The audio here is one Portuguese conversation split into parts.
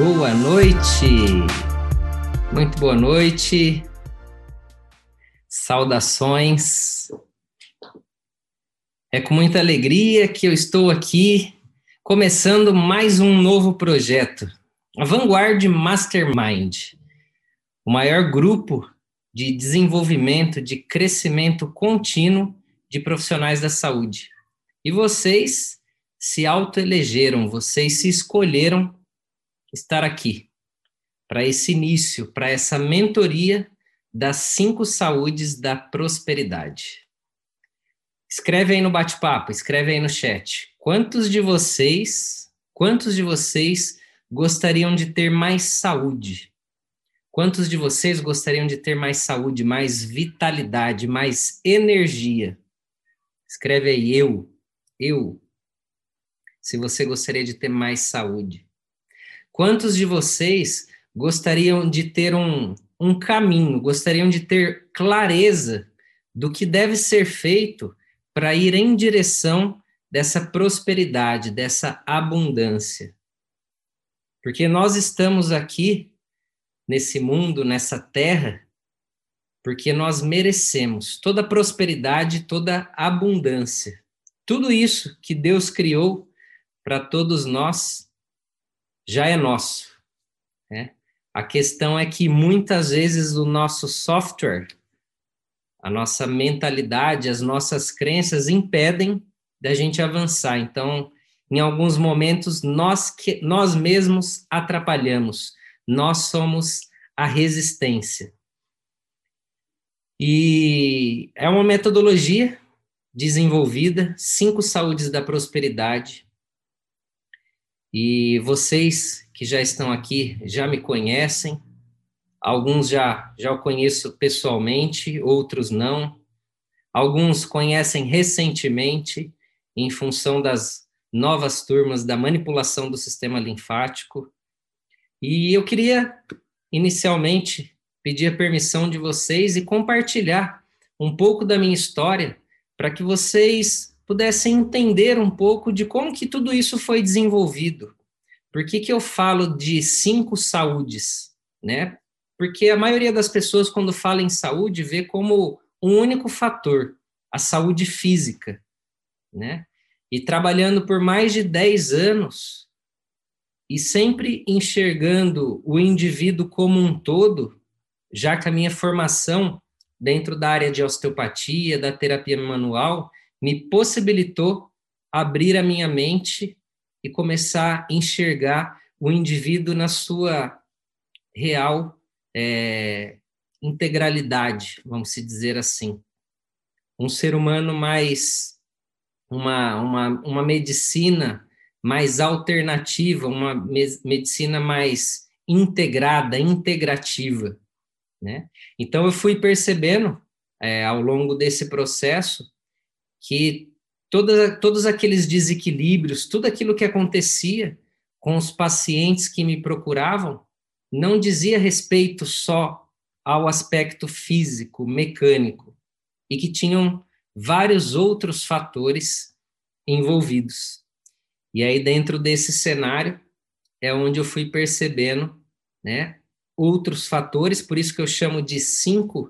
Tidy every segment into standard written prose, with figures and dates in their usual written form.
Boa noite, muito boa noite, saudações. É com muita alegria que eu estou aqui começando mais um novo projeto, a Vanguard Mastermind, o maior grupo de desenvolvimento, de crescimento contínuo de profissionais da saúde. E vocês se autoelegeram, vocês se escolheram estar aqui para esse início, para essa mentoria das 5 saúdes da prosperidade. Escreve aí no bate-papo, escreve aí no chat. Quantos de vocês gostariam de ter mais saúde? Quantos de vocês gostariam de ter mais saúde, mais vitalidade, mais energia? Escreve aí, eu. Se você gostaria de ter mais saúde. Quantos de vocês gostariam de ter um caminho, gostariam de ter clareza do que deve ser feito para ir em direção dessa prosperidade, dessa abundância? Porque nós estamos aqui, nesse mundo, nessa terra, porque nós merecemos toda a prosperidade, toda a abundância. Tudo isso que Deus criou para todos nós já é nosso, né? A questão é que muitas vezes o nosso software, a nossa mentalidade, as nossas crenças impedem da gente avançar. Então, em alguns momentos, nós mesmos atrapalhamos. Nós somos a resistência. E é uma metodologia desenvolvida, 5 saúdes da prosperidade. E vocês que já estão aqui já me conhecem, alguns já o conheço pessoalmente, outros não. Alguns conhecem recentemente, em função das novas turmas da manipulação do sistema linfático. E eu queria, inicialmente, pedir a permissão de vocês e compartilhar um pouco da minha história para que vocês pudessem entender um pouco de como que tudo isso foi desenvolvido. Por que eu falo de 5 saúdes, né? Porque a maioria das pessoas, quando fala em saúde, vê como um único fator, a saúde física, né? E trabalhando por mais de 10 anos, e sempre enxergando o indivíduo como um todo, já que a minha formação dentro da área de osteopatia, da terapia manual, me possibilitou abrir a minha mente e começar a enxergar o indivíduo na sua real integralidade, vamos dizer assim. Um ser humano mais, uma medicina mais alternativa, uma medicina mais integrada, integrativa, né? Então eu fui percebendo, ao longo desse processo, que todos aqueles desequilíbrios, tudo aquilo que acontecia com os pacientes que me procuravam, não dizia respeito só ao aspecto físico, mecânico, e que tinham vários outros fatores envolvidos. E aí, dentro desse cenário, é onde eu fui percebendo, né, outros fatores, por isso que eu chamo de 5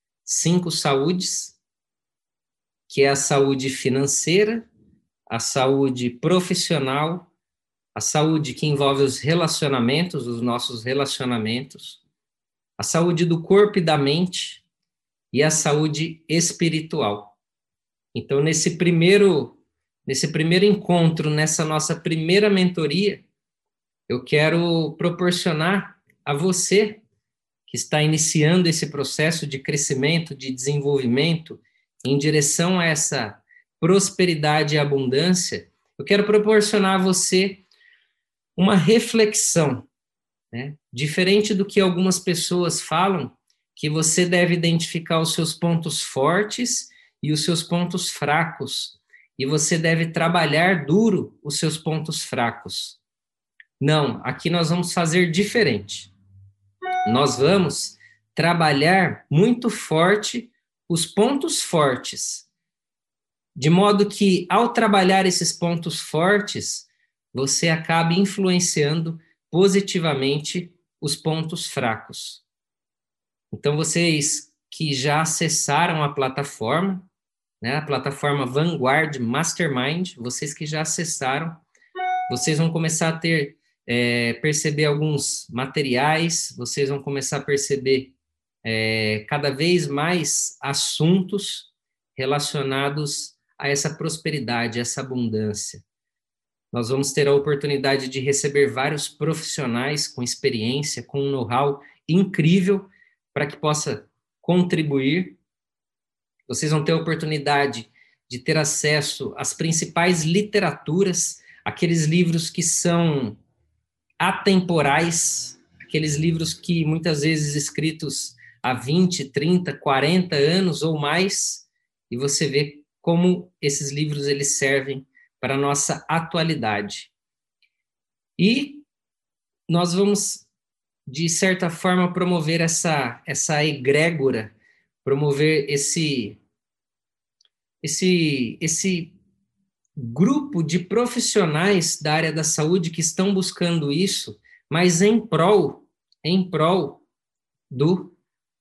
saúdes, que é a saúde financeira, a saúde profissional, a saúde que envolve os relacionamentos, os nossos relacionamentos, a saúde do corpo e da mente e a saúde espiritual. Então, nesse primeiro encontro, nessa nossa primeira mentoria, eu quero proporcionar a você que está iniciando esse processo de crescimento, de desenvolvimento, em direção a essa prosperidade e abundância, eu quero proporcionar a você uma reflexão, né? Diferente do que algumas pessoas falam, que você deve identificar os seus pontos fortes e os seus pontos fracos, e você deve trabalhar duro os seus pontos fracos. Não, aqui nós vamos fazer diferente. Nós vamos trabalhar muito forte os pontos fortes, de modo que, ao trabalhar esses pontos fortes, você acabe influenciando positivamente os pontos fracos. Então, vocês que já acessaram a plataforma, né, a plataforma Vanguard Mastermind, vocês que já acessaram, vocês vão começar a perceber alguns materiais, vocês vão começar a perceber cada vez mais assuntos relacionados a essa prosperidade, essa abundância. Nós vamos ter a oportunidade de receber vários profissionais com experiência, com um know-how incrível para que possa contribuir. Vocês vão ter a oportunidade de ter acesso às principais literaturas, aqueles livros que são atemporais, aqueles livros que muitas vezes escritos há 20, 30, 40 anos ou mais, e você vê como esses livros eles servem para a nossa atualidade. E nós vamos, de certa forma, promover essa egrégora, promover esse grupo de profissionais da área da saúde que estão buscando isso, mas em prol do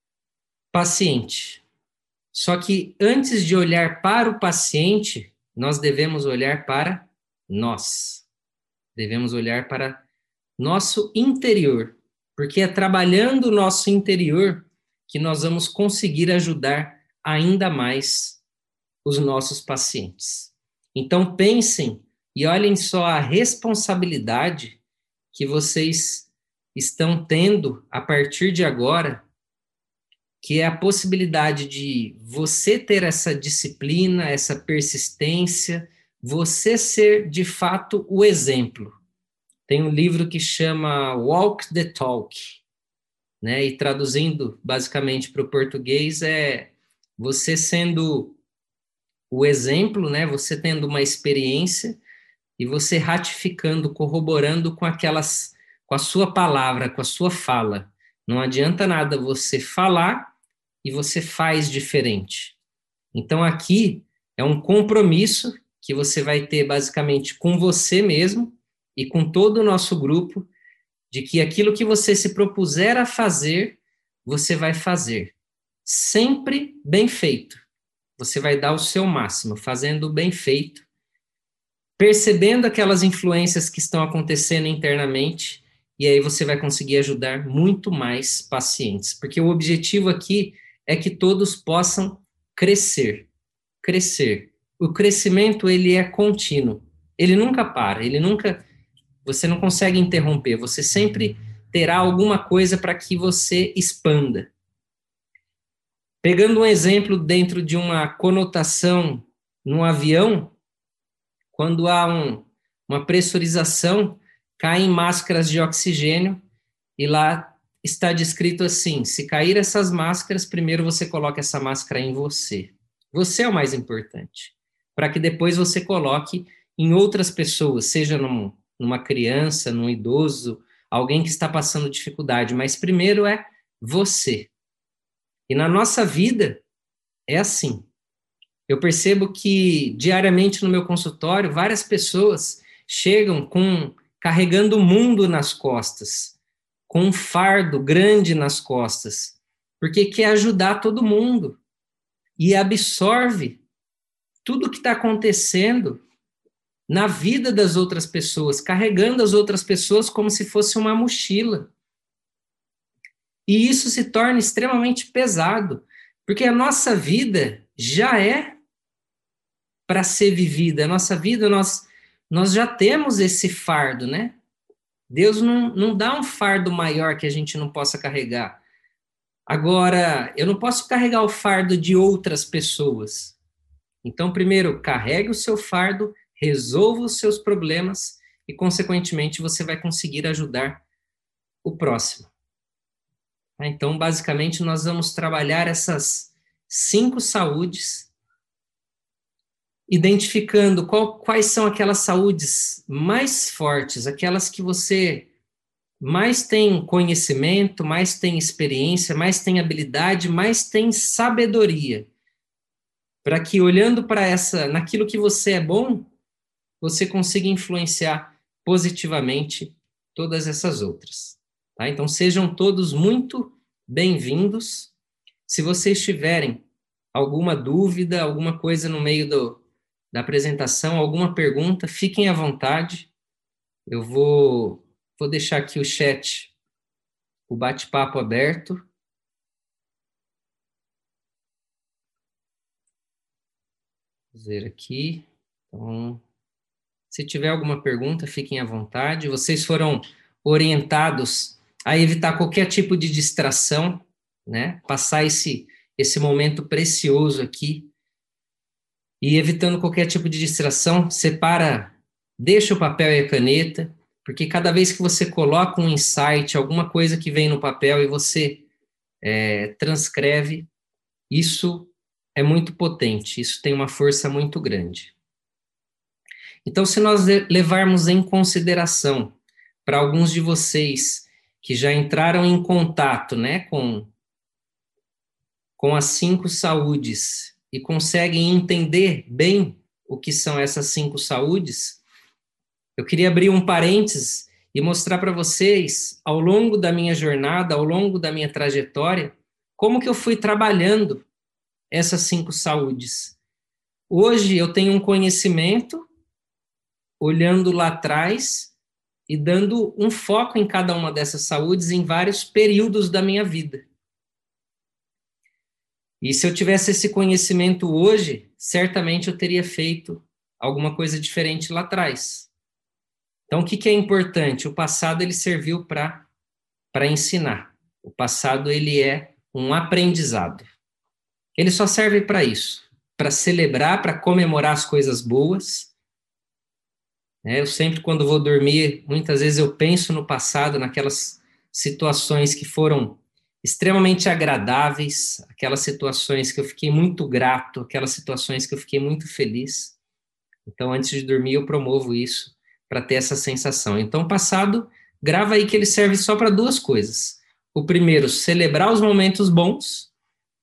paciente. Só que antes de olhar para o paciente, nós devemos olhar para nós. Devemos olhar para nosso interior, porque é trabalhando o nosso interior que nós vamos conseguir ajudar ainda mais os nossos pacientes. Então pensem e olhem só a responsabilidade que vocês estão tendo a partir de agora, que é a possibilidade de você ter essa disciplina, essa persistência, você ser de fato o exemplo. Tem um livro que chama Walk the Talk, né? E traduzindo basicamente para o português é você sendo o exemplo, né? Você tendo uma experiência e você ratificando, corroborando com a sua palavra, com a sua fala. Não adianta nada você falar e você faz diferente. Então aqui é um compromisso que você vai ter basicamente com você mesmo e com todo o nosso grupo, de que aquilo que você se propuser a fazer, você vai fazer. Sempre bem feito. Você vai dar o seu máximo, fazendo bem feito, percebendo aquelas influências que estão acontecendo internamente, e aí você vai conseguir ajudar muito mais pacientes. Porque o objetivo aqui é que todos possam crescer. Crescer. O crescimento, ele é contínuo. Ele nunca para, você não consegue interromper, você sempre terá alguma coisa para que você expanda. Pegando um exemplo dentro de uma conotação num avião, quando há uma pressurização, caem máscaras de oxigênio e lá está descrito assim: se cair essas máscaras, primeiro você coloca essa máscara em você. Você é o mais importante, para que depois você coloque em outras pessoas, seja numa criança, num idoso, alguém que está passando dificuldade, mas primeiro é você. E na nossa vida é assim. Eu percebo que diariamente no meu consultório, várias pessoas chegam carregando o mundo nas costas, com um fardo grande nas costas, porque quer ajudar todo mundo e absorve tudo que está acontecendo na vida das outras pessoas, carregando as outras pessoas como se fosse uma mochila. E isso se torna extremamente pesado, porque a nossa vida já é para ser vivida. A nossa vida, nós já temos esse fardo, né? Deus não dá um fardo maior que a gente não possa carregar. Agora, eu não posso carregar o fardo de outras pessoas. Então, primeiro, carregue o seu fardo, resolva os seus problemas e, consequentemente, você vai conseguir ajudar o próximo. Então, basicamente, nós vamos trabalhar essas 5 saúdes, identificando quais são aquelas saúdes mais fortes, aquelas que você mais tem conhecimento, mais tem experiência, mais tem habilidade, mais tem sabedoria, para que olhando para naquilo que você é bom, você consiga influenciar positivamente todas essas outras. Tá? Então, sejam todos muito bem-vindos. Se vocês tiverem alguma dúvida, alguma coisa no meio da apresentação, alguma pergunta, fiquem à vontade. Eu vou deixar aqui o chat, o bate-papo aberto. Vou ver aqui. Então, se tiver alguma pergunta, fiquem à vontade. Vocês foram orientados a evitar qualquer tipo de distração, né? Passar esse momento precioso aqui e evitando qualquer tipo de distração, separa, deixa o papel e a caneta, porque cada vez que você coloca um insight, alguma coisa que vem no papel e você transcreve, isso é muito potente, isso tem uma força muito grande. Então, se nós levarmos em consideração para alguns de vocês que já entraram em contato, né, com as 5 saúdes e conseguem entender bem o que são essas 5 saúdes, eu queria abrir um parênteses e mostrar para vocês, ao longo da minha jornada, ao longo da minha trajetória, como que eu fui trabalhando essas 5 saúdes. Hoje eu tenho um conhecimento, olhando lá atrás e dando um foco em cada uma dessas saúdes em vários períodos da minha vida. E se eu tivesse esse conhecimento hoje, certamente eu teria feito alguma coisa diferente lá atrás. Então, o que é importante? O passado, ele serviu para ensinar. O passado, ele é um aprendizado. Ele só serve para isso, para celebrar, para comemorar as coisas boas. Eu sempre, quando vou dormir, muitas vezes eu penso no passado, naquelas situações que foram extremamente agradáveis, aquelas situações que eu fiquei muito grato, aquelas situações que eu fiquei muito feliz. Então, antes de dormir, eu promovo isso para ter essa sensação. Então, o passado, grava aí que ele serve só para 2 coisas. O primeiro, celebrar os momentos bons,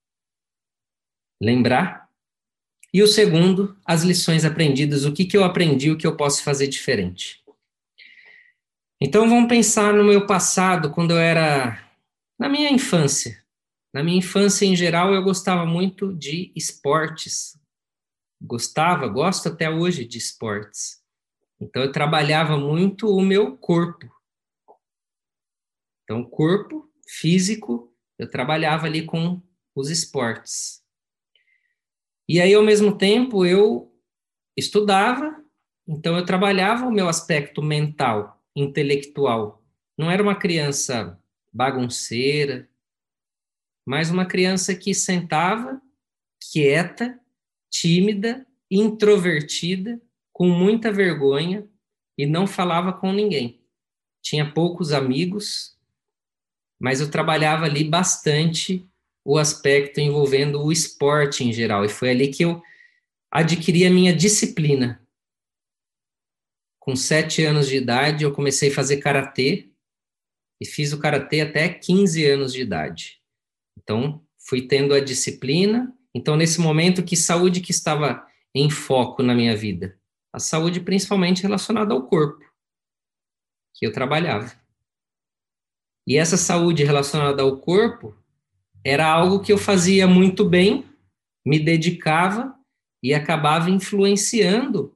lembrar. E o segundo, as lições aprendidas, o que eu aprendi, o que eu posso fazer diferente. Então, vamos pensar no meu passado, quando eu era na minha infância. Na minha infância, em geral, eu gostava muito de esportes. Gosto até hoje de esportes. Então, eu trabalhava muito o meu corpo. Então, corpo físico, eu trabalhava ali com os esportes. E aí, ao mesmo tempo, eu estudava, então eu trabalhava o meu aspecto mental, intelectual. Não era uma criança bagunceira, mas uma criança que sentava, quieta, tímida, introvertida, com muita vergonha e não falava com ninguém. Tinha poucos amigos, mas eu trabalhava ali bastante o aspecto envolvendo o esporte em geral, e foi ali que eu adquiri a minha disciplina. Com 7 anos de idade, eu comecei a fazer karatê, e fiz o karatê até 15 anos de idade. Então, fui tendo a disciplina. Então, nesse momento, que saúde que estava em foco na minha vida? A saúde principalmente relacionada ao corpo, que eu trabalhava. E essa saúde relacionada ao corpo era algo que eu fazia muito bem, me dedicava e acabava influenciando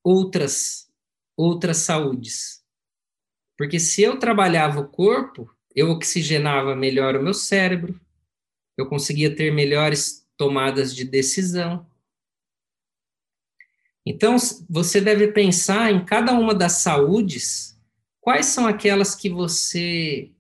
outras saúdes. Porque se eu trabalhava o corpo, eu oxigenava melhor o meu cérebro, eu conseguia ter melhores tomadas de decisão. Então, você deve pensar em cada uma das saúdes, quais são aquelas que você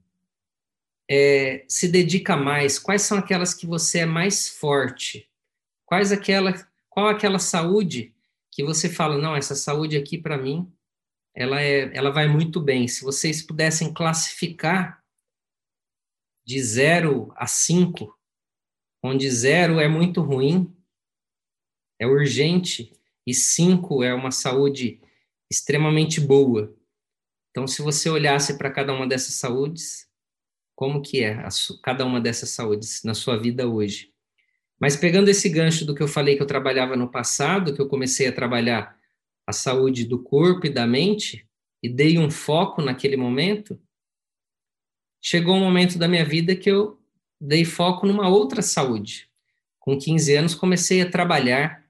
se dedica mais, quais são aquelas que você é mais forte, qual aquela saúde que você fala, não, essa saúde aqui para mim, ela vai muito bem. Se vocês pudessem classificar de 0 a 5, onde 0 é muito ruim, é urgente, e 5 é uma saúde extremamente boa. Então, se você olhasse para cada uma dessas saúdes, como que é cada uma dessas saúdes na sua vida hoje? Mas pegando esse gancho do que eu falei que eu trabalhava no passado, que eu comecei a trabalhar a saúde do corpo e da mente, e dei um foco naquele momento, chegou um momento da minha vida que eu dei foco numa outra saúde. Com 15 anos comecei a trabalhar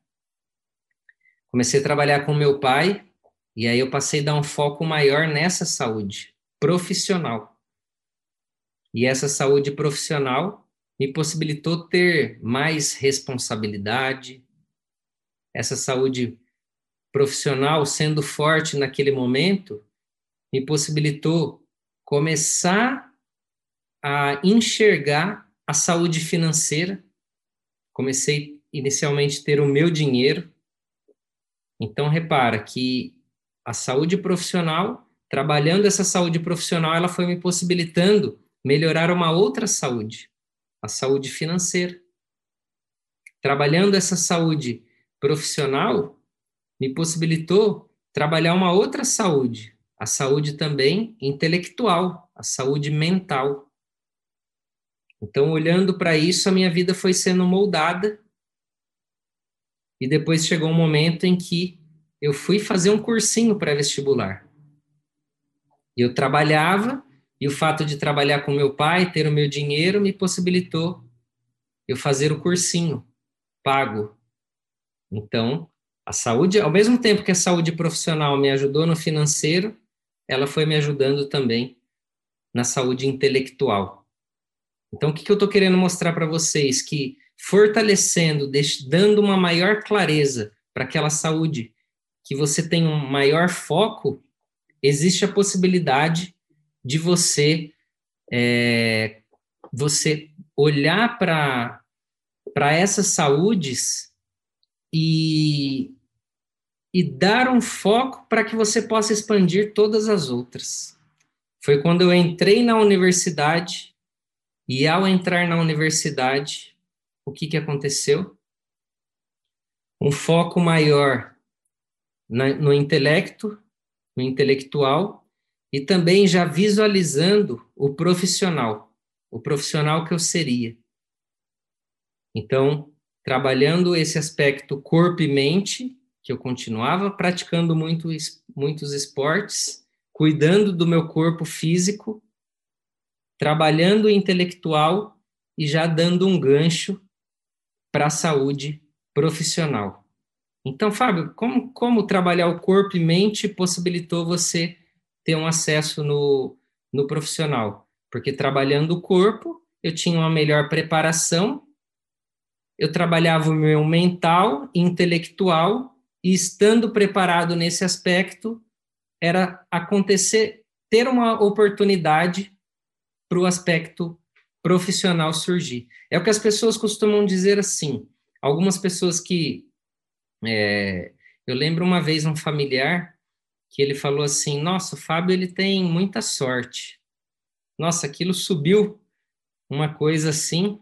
com meu pai, e aí eu passei a dar um foco maior nessa saúde profissional. E essa saúde profissional me possibilitou ter mais responsabilidade. Essa saúde profissional, sendo forte naquele momento, me possibilitou começar a enxergar a saúde financeira. Comecei inicialmente a ter o meu dinheiro. Então, repara que a saúde profissional, trabalhando essa saúde profissional, ela foi me possibilitando melhorar uma outra saúde, a saúde financeira. Trabalhando essa saúde profissional, me possibilitou trabalhar uma outra saúde, a saúde também intelectual, a saúde mental. Então, olhando para isso, a minha vida foi sendo moldada e depois chegou um momento em que eu fui fazer um cursinho pré-vestibular. Eu trabalhava e o fato de trabalhar com meu pai, ter o meu dinheiro, me possibilitou eu fazer o cursinho pago. Então, a saúde, ao mesmo tempo que a saúde profissional me ajudou no financeiro, ela foi me ajudando também na saúde intelectual. Então, o que eu estou querendo mostrar para vocês? Que fortalecendo, dando uma maior clareza para aquela saúde, que você tem um maior foco, existe a possibilidade de você olhar para essas saúdes e, e dar um foco para que você possa expandir todas as outras. Foi quando eu entrei na universidade, e ao entrar na universidade, o que aconteceu? Um foco maior no intelecto, no intelectual, e também já visualizando o profissional que eu seria. Então, trabalhando esse aspecto corpo e mente, que eu continuava praticando muitos esportes, cuidando do meu corpo físico, trabalhando o intelectual e já dando um gancho para a saúde profissional. Então, Fábio, como trabalhar o corpo e mente possibilitou você ter um acesso no profissional? Porque trabalhando o corpo, eu tinha uma melhor preparação, eu trabalhava o meu mental, intelectual, e estando preparado nesse aspecto, era acontecer, ter uma oportunidade para o aspecto profissional surgir. É o que as pessoas costumam dizer assim. Algumas pessoas eu lembro uma vez um familiar que ele falou assim, nossa, o Fábio ele tem muita sorte. Nossa, aquilo subiu uma coisa assim.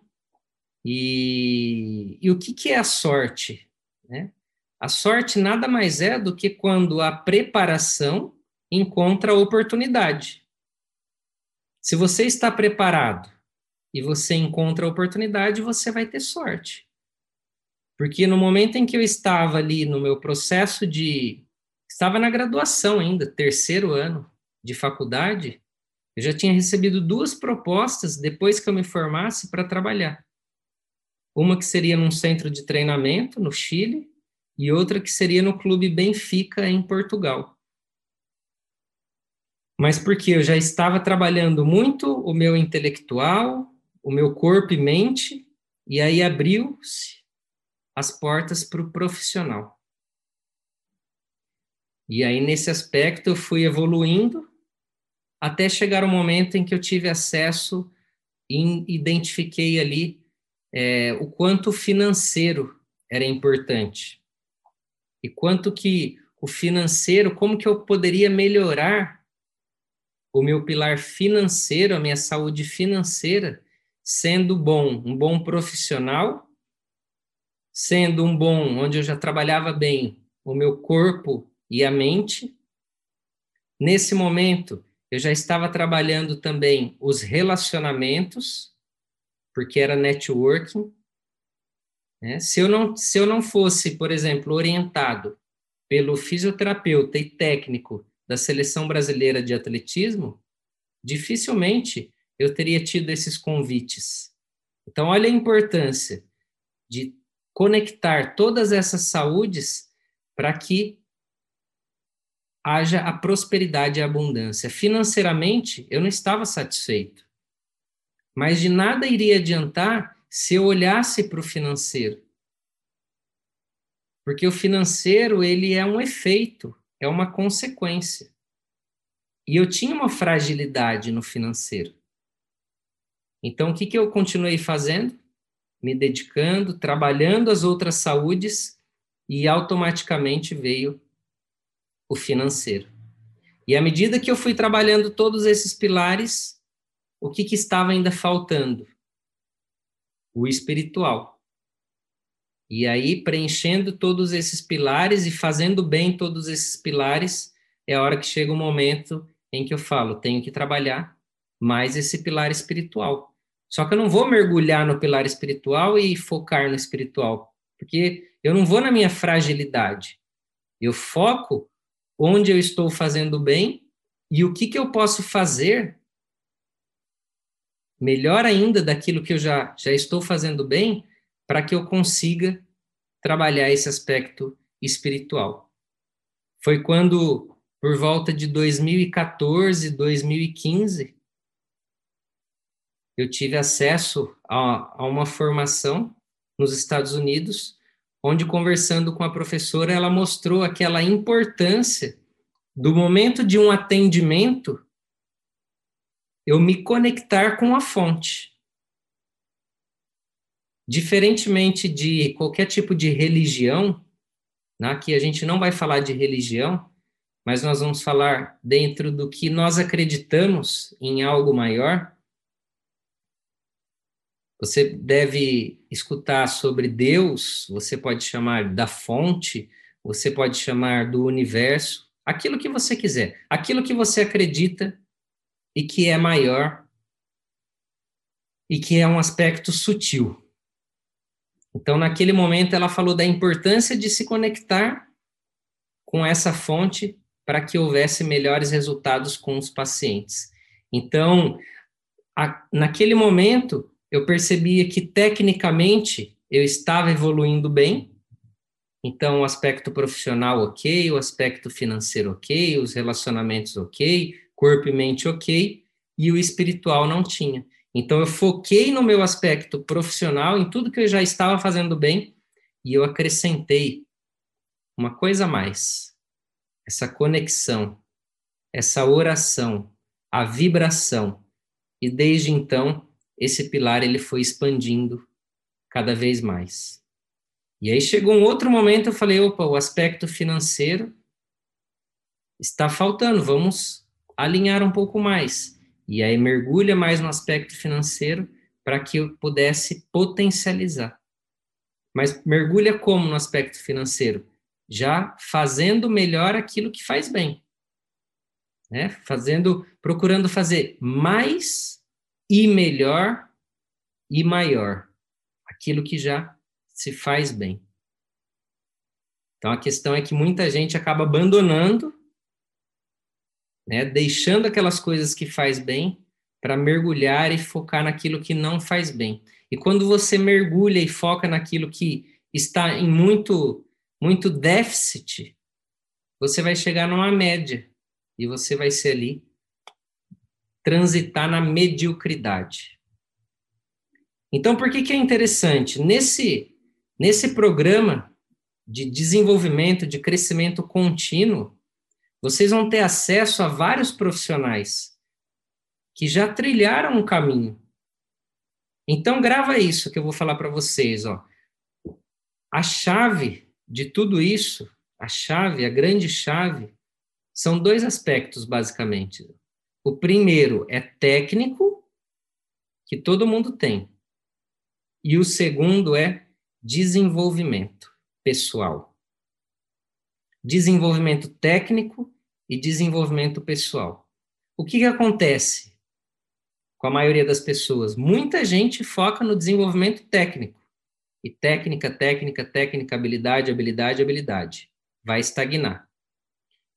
E o que é a sorte? Né? A sorte nada mais é do que quando a preparação encontra a oportunidade. Se você está preparado e você encontra a oportunidade, você vai ter sorte. Porque no momento em que eu estava ali no meu processo estava na graduação ainda, terceiro ano de faculdade, eu já tinha recebido 2 propostas depois que eu me formasse para trabalhar. Uma que seria num centro de treinamento no Chile e outra que seria no Clube Benfica em Portugal. Mas porque eu já estava trabalhando muito o meu intelectual, o meu corpo e mente, e aí abriu-se as portas para o profissional. E aí, nesse aspecto, eu fui evoluindo até chegar o momento em que eu tive acesso e identifiquei ali o quanto o financeiro era importante. E quanto que o financeiro, como que eu poderia melhorar o meu pilar financeiro, a minha saúde financeira, sendo um bom profissional, sendo um bom, onde eu já trabalhava bem o meu corpo e a mente. Nesse momento, eu já estava trabalhando também os relacionamentos, porque era networking. Né? Se eu não fosse, por exemplo, orientado pelo fisioterapeuta e técnico da seleção brasileira de atletismo, dificilmente eu teria tido esses convites. Então, olha a importância de conectar todas essas saúdes para que haja a prosperidade e a abundância. Financeiramente, eu não estava satisfeito, mas de nada iria adiantar se eu olhasse para o financeiro. Porque o financeiro, ele é um efeito, é uma consequência. E eu tinha uma fragilidade no financeiro. Então, o que eu continuei fazendo? Me dedicando, trabalhando as outras saúdes, e automaticamente veio o financeiro. E à medida que eu fui trabalhando todos esses pilares, o que estava ainda faltando? O espiritual. E aí, preenchendo todos esses pilares e fazendo bem todos esses pilares, é a hora que chega o momento em que eu falo, tenho que trabalhar mais esse pilar espiritual. Só que eu não vou mergulhar no pilar espiritual e focar no espiritual, porque eu não vou na minha fragilidade. Eu foco onde eu estou fazendo bem e o que eu posso fazer melhor ainda daquilo que eu já estou fazendo bem para que eu consiga trabalhar esse aspecto espiritual. Foi quando, por volta de 2014, 2015, eu tive acesso a uma formação nos Estados Unidos, onde, conversando com a professora, ela mostrou aquela importância do momento de um atendimento eu me conectar com a fonte. Diferentemente de qualquer tipo de religião, né, aqui a gente não vai falar de religião, mas nós vamos falar dentro do que nós acreditamos em algo maior. Você deve escutar sobre Deus, você pode chamar da fonte, você pode chamar do universo, aquilo que você quiser, aquilo que você acredita e que é maior e que é um aspecto sutil. Então, naquele momento, ela falou da importância de se conectar com essa fonte para que houvesse melhores resultados com os pacientes. Então, naquele momento, eu percebia que, tecnicamente, eu estava evoluindo bem. Então, o aspecto profissional ok, o aspecto financeiro ok, os relacionamentos ok, corpo e mente ok, e o espiritual não tinha. Então, eu foquei no meu aspecto profissional, em tudo que eu já estava fazendo bem, e eu acrescentei uma coisa a mais, essa conexão, essa oração, a vibração. E desde então, esse pilar ele foi expandindo cada vez mais. E aí chegou um outro momento, eu falei, opa, o aspecto financeiro está faltando, vamos alinhar um pouco mais. E aí mergulha mais no aspecto financeiro para que eu pudesse potencializar. Mas mergulha como no aspecto financeiro? Já fazendo melhor aquilo que faz bem. Né? Procurando fazer mais e melhor e maior. Aquilo que já se faz bem. Então, a questão é que muita gente acaba abandonando, né, deixando aquelas coisas que faz bem para mergulhar e focar naquilo que não faz bem. E quando você mergulha e foca naquilo que está em muito déficit, você vai chegar numa média e você vai ser ali transitar na mediocridade. Então, por que é interessante? Nesse programa de desenvolvimento, de crescimento contínuo, vocês vão ter acesso a vários profissionais que já trilharam um caminho. Então, grava isso que eu vou falar para vocês. Ó. A chave de tudo isso, a grande chave, são dois aspectos, basicamente. O primeiro é técnico, que todo mundo tem. E o segundo é desenvolvimento pessoal. Desenvolvimento técnico e desenvolvimento pessoal. O que acontece com a maioria das pessoas? Muita gente foca no desenvolvimento técnico. E técnica, habilidade. Vai estagnar.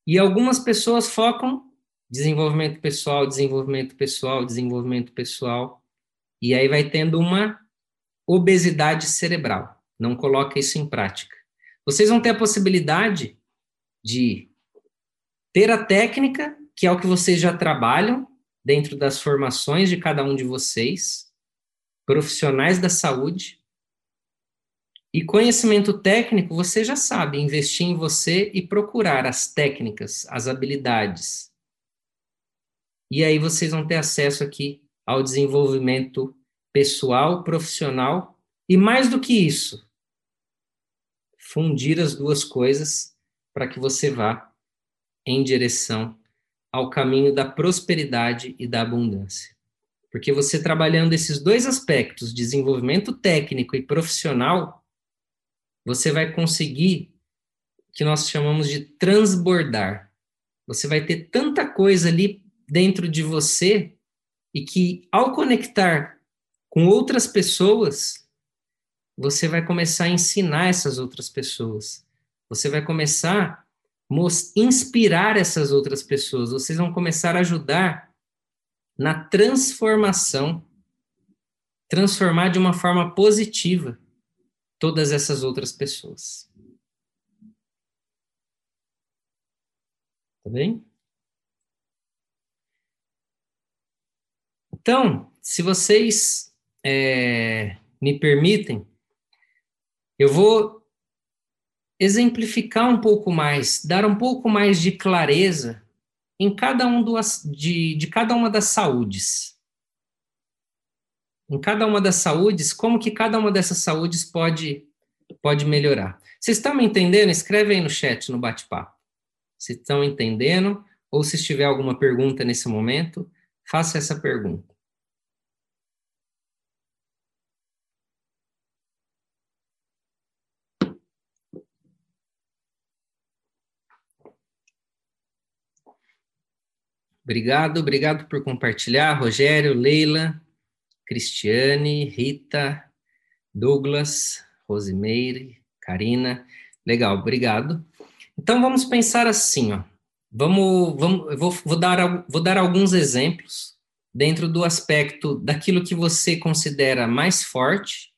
E algumas pessoas focam desenvolvimento pessoal, desenvolvimento pessoal, desenvolvimento pessoal, e aí vai tendo uma obesidade cerebral. Não coloca isso em prática. Vocês vão ter a possibilidade de ter a técnica, que é o que vocês já trabalham dentro das formações de cada um de vocês, profissionais da saúde, e conhecimento técnico, você já sabe investir em você e procurar as técnicas, as habilidades. E aí vocês vão ter acesso aqui ao desenvolvimento pessoal, profissional, e mais do que isso, fundir as duas coisas para que você vá em direção ao caminho da prosperidade e da abundância. Porque você trabalhando esses dois aspectos, desenvolvimento técnico e profissional, você vai conseguir o que nós chamamos de transbordar. Você vai ter tanta coisa ali dentro de você e que, ao conectar com outras pessoas, você vai começar a ensinar essas outras pessoas. Você vai começar a inspirar essas outras pessoas. Vocês vão começar a ajudar na transformação, transformar de uma forma positiva todas essas outras pessoas. Tá bem? Então, se vocês me permitem, eu vou exemplificar um pouco mais, dar um pouco mais de clareza em cada de cada uma das saúdes. Em cada uma das saúdes, como que cada uma dessas saúdes pode melhorar. Vocês estão me entendendo? Escreve aí no chat, no bate-papo. Se estão entendendo, ou se tiver alguma pergunta nesse momento, faça essa pergunta. Obrigado por compartilhar, Rogério, Leila, Cristiane, Rita, Douglas, Rosimeire, Karina. Legal, obrigado. Então vamos pensar assim, ó. Eu vou dar alguns exemplos dentro do aspecto daquilo que você considera mais forte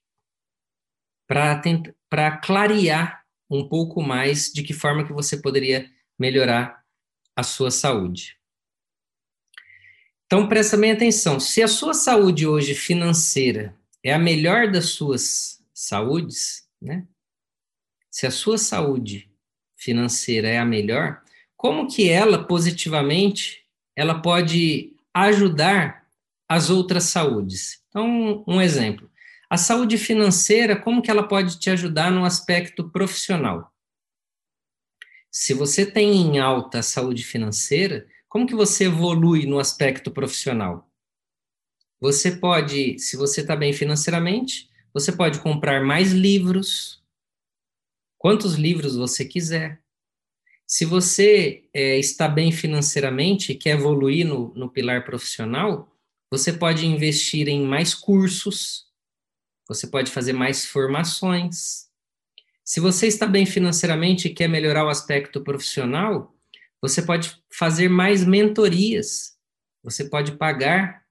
para clarear um pouco mais de que forma que você poderia melhorar a sua saúde. Então, presta bem atenção. Se a sua saúde hoje financeira é a melhor das suas saúdes, né? Se a sua saúde financeira é a melhor, como que ela, positivamente, ela pode ajudar as outras saúdes? Então, um exemplo. A saúde financeira, como que ela pode te ajudar no aspecto profissional? Se você tem em alta a saúde financeira, como que você evolui no aspecto profissional? Você pode, se você está bem financeiramente, você pode comprar mais livros, quantos livros você quiser. Se você está bem financeiramente e quer evoluir no pilar profissional, você pode investir em mais cursos, você pode fazer mais formações. Se você está bem financeiramente e quer melhorar o aspecto profissional, você pode fazer mais mentorias, você pode pagar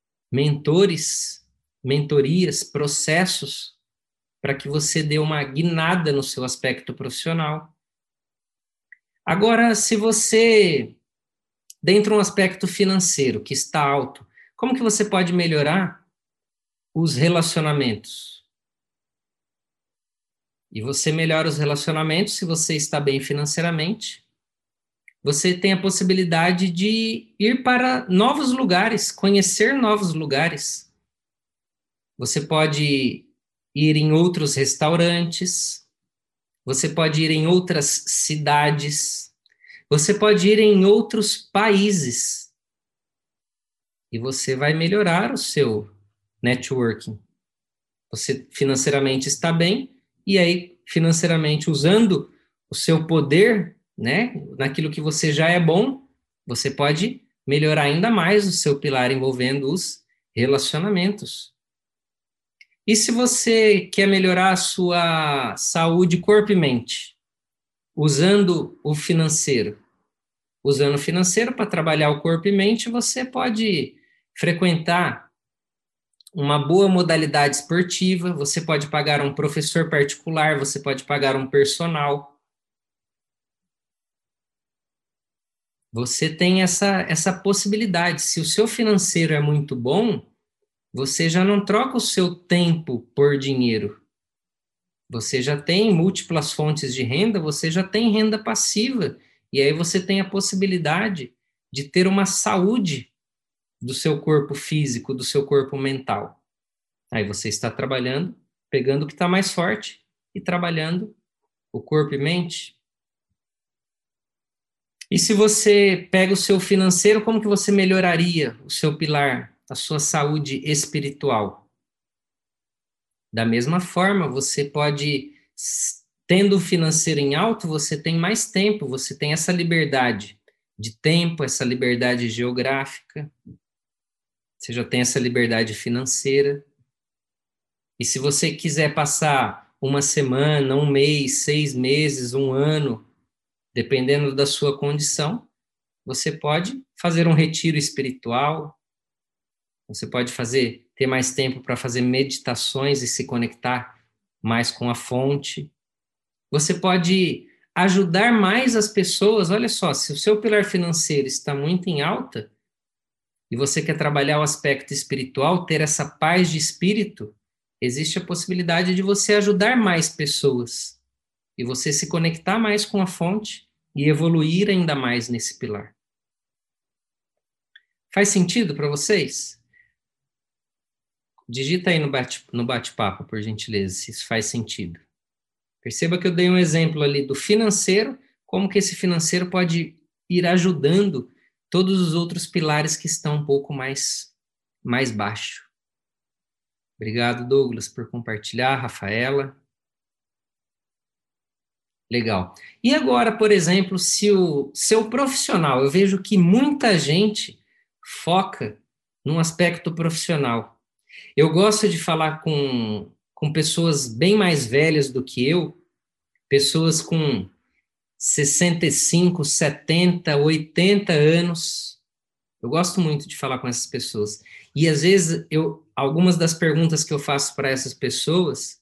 mentorias, processos, para que você dê uma guinada no seu aspecto profissional. Agora, se você, dentro de um aspecto financeiro que está alto, como que você pode melhorar os relacionamentos? E você melhora os relacionamentos se você está bem financeiramente. Você tem a possibilidade de ir para novos lugares, conhecer novos lugares. Você pode ir em outros restaurantes, você pode ir em outras cidades, você pode ir em outros países. E você vai melhorar o seu networking. Você financeiramente está bem, e aí, financeiramente, usando o seu poder, né, naquilo que você já é bom, você pode melhorar ainda mais o seu pilar envolvendo os relacionamentos. E se você quer melhorar a sua saúde corpo e mente, usando o financeiro, usando o financeiro para trabalhar o corpo e mente, você pode frequentar uma boa modalidade esportiva, você pode pagar um professor particular, você pode pagar um personal. Você tem essa possibilidade. Se o seu financeiro é muito bom, você já não troca o seu tempo por dinheiro. Você já tem múltiplas fontes de renda, você já tem renda passiva. E aí você tem a possibilidade de ter uma saúde do seu corpo físico, do seu corpo mental. Aí você está trabalhando, pegando o que está mais forte e trabalhando o corpo e mente. E se você pega o seu financeiro, como que você melhoraria o seu pilar, a sua saúde espiritual? Da mesma forma, você pode, tendo o financeiro em alto, você tem mais tempo, você tem essa liberdade de tempo, essa liberdade geográfica, você já tem essa liberdade financeira. E se você quiser passar uma semana, um mês, 6 meses, um ano, dependendo da sua condição, você pode fazer um retiro espiritual, você pode ter mais tempo para fazer meditações e se conectar mais com a fonte. Você pode ajudar mais as pessoas. Olha só, se o seu pilar financeiro está muito em alta e você quer trabalhar o aspecto espiritual, ter essa paz de espírito, existe a possibilidade de você ajudar mais pessoas e você se conectar mais com a fonte e evoluir ainda mais nesse pilar. Faz sentido para vocês? Digita aí no bate-papo, por gentileza, se isso faz sentido. Perceba que eu dei um exemplo ali do financeiro, como que esse financeiro pode ir ajudando todos os outros pilares que estão um pouco mais baixo. Obrigado, Douglas, por compartilhar, Rafaela. Legal. E agora, por exemplo, se o seu profissional, eu vejo que muita gente foca num aspecto profissional. Eu gosto de falar com pessoas bem mais velhas do que eu, pessoas com 65, 70, 80 anos. Eu gosto muito de falar com essas pessoas. E às vezes algumas das perguntas que eu faço para essas pessoas,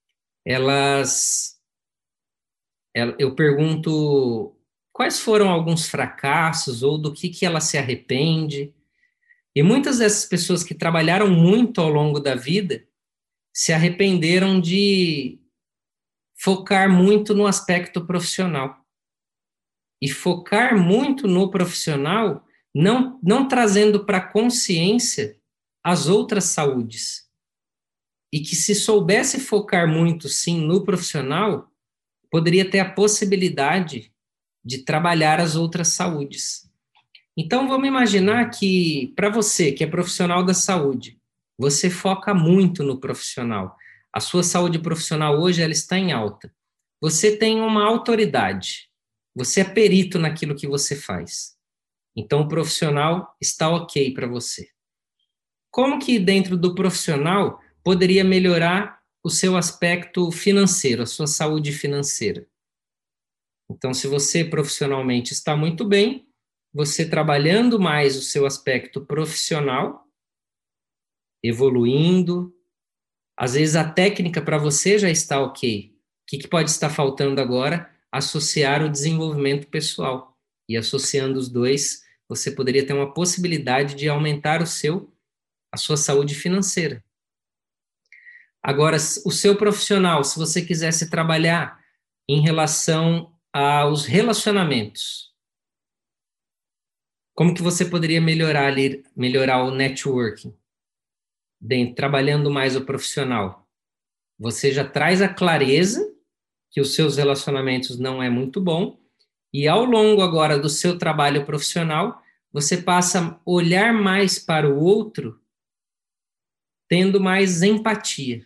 eu pergunto quais foram alguns fracassos ou do que ela se arrepende. E muitas dessas pessoas que trabalharam muito ao longo da vida se arrependeram de focar muito no aspecto profissional. E focar muito no profissional, não trazendo para a consciência as outras saúdes. E que se soubesse focar muito, sim, no profissional, poderia ter a possibilidade de trabalhar as outras saúdes. Então, vamos imaginar que, para você, que é profissional da saúde, você foca muito no profissional. A sua saúde profissional hoje, ela está em alta. Você tem uma autoridade. Você é perito naquilo que você faz. Então, o profissional está ok para você. Como que dentro do profissional poderia melhorar o seu aspecto financeiro, a sua saúde financeira? Então, se você profissionalmente está muito bem, você trabalhando mais o seu aspecto profissional, evoluindo, às vezes a técnica para você já está ok. O que pode estar faltando agora? Associar o desenvolvimento pessoal. E associando os dois, você poderia ter uma possibilidade de aumentar a sua saúde financeira. Agora, o seu profissional, se você quisesse trabalhar em relação aos relacionamentos, como que você poderia melhorar o networking? Trabalhando mais o profissional. Você já traz a clareza que os seus relacionamentos não é muito bom, e ao longo agora do seu trabalho profissional, você passa a olhar mais para o outro, tendo mais empatia,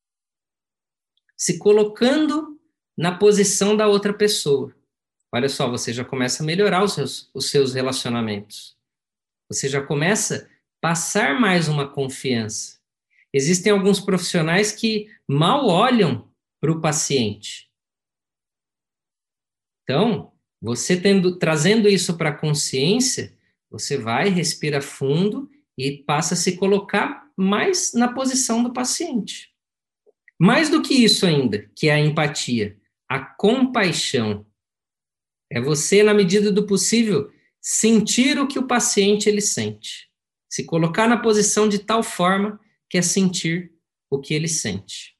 se colocando na posição da outra pessoa. Olha só, você já começa a melhorar os seus relacionamentos. Você já começa a passar mais uma confiança. Existem alguns profissionais que mal olham para o paciente. Então, Você trazendo isso para a consciência, você vai, respira fundo e passa a se colocar mais na posição do paciente. Mais do que isso ainda, que é a empatia, a compaixão. É você, na medida do possível, sentir o que o paciente ele sente. Se colocar na posição de tal forma que é sentir o que ele sente.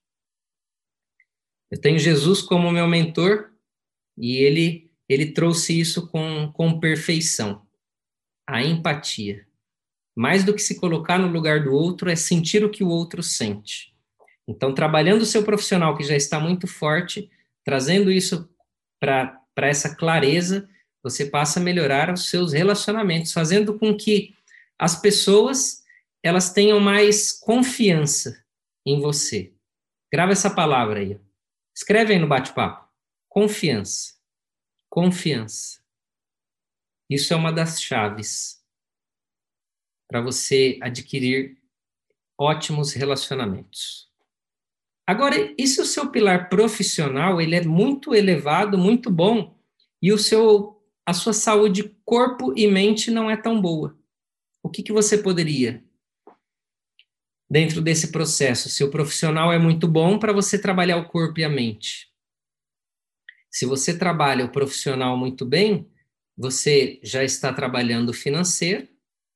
Eu tenho Jesus como meu mentor e ele trouxe isso com perfeição. A empatia. Mais do que se colocar no lugar do outro, é sentir o que o outro sente. Então, trabalhando o seu profissional que já está muito forte, trazendo isso para essa clareza, você passa a melhorar os seus relacionamentos, fazendo com que as pessoas elas tenham mais confiança em você. Grava essa palavra aí. Escreve aí no bate-papo. Confiança. Confiança. Isso é uma das chaves para você adquirir ótimos relacionamentos. Agora, e se o seu pilar profissional ele é muito elevado, muito bom, e a sua saúde corpo e mente não é tão boa? O que você poderia, dentro desse processo? Seu profissional é muito bom para você trabalhar o corpo e a mente. Se você trabalha o profissional muito bem, você já está trabalhando o financeiro,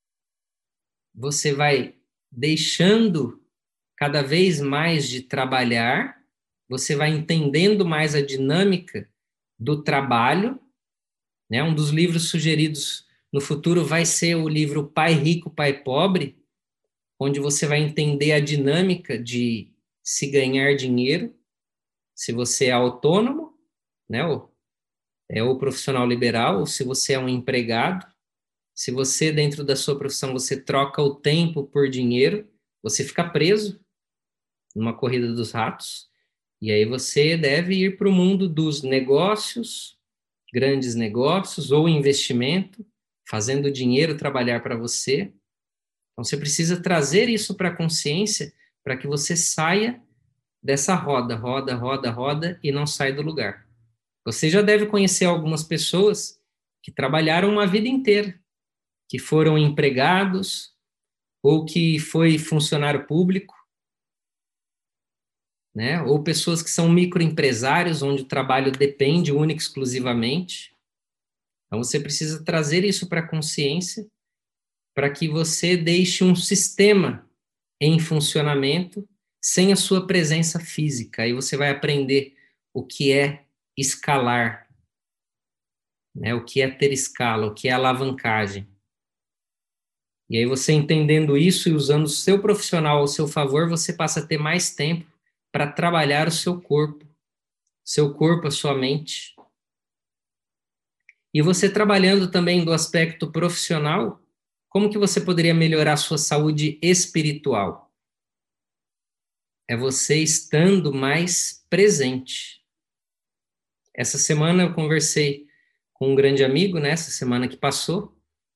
você vai deixando cada vez mais de trabalhar, você vai entendendo mais a dinâmica do trabalho, né? Um dos livros sugeridos no futuro vai ser o livro Pai Rico, Pai Pobre, onde você vai entender a dinâmica de se ganhar dinheiro, se você é autônomo, né? Ou é o profissional liberal, ou se você é um empregado, se você, dentro da sua profissão, você troca o tempo por dinheiro, você fica preso numa corrida dos ratos, e aí você deve ir para o mundo dos negócios, grandes negócios, ou investimento, fazendo o dinheiro trabalhar para você. Então, você precisa trazer isso para a consciência para que você saia dessa roda, roda, roda, roda, e não saia do lugar. Você já deve conhecer algumas pessoas que trabalharam uma vida inteira, que foram empregados ou que foi funcionário público, né? Ou pessoas que são microempresários, onde o trabalho depende única e exclusivamente. Então, você precisa trazer isso para a consciência para que você deixe um sistema em funcionamento sem a sua presença física. Aí você vai aprender o que é escalar, né? O que é ter escala, o que é alavancagem. E aí você entendendo isso e usando o seu profissional ao seu favor, você passa a ter mais tempo para trabalhar o seu corpo, a sua mente. E você trabalhando também do aspecto profissional, como que você poderia melhorar a sua saúde espiritual? É você estando mais presente. Essa semana eu conversei com um grande amigo, né, essa semana que passou,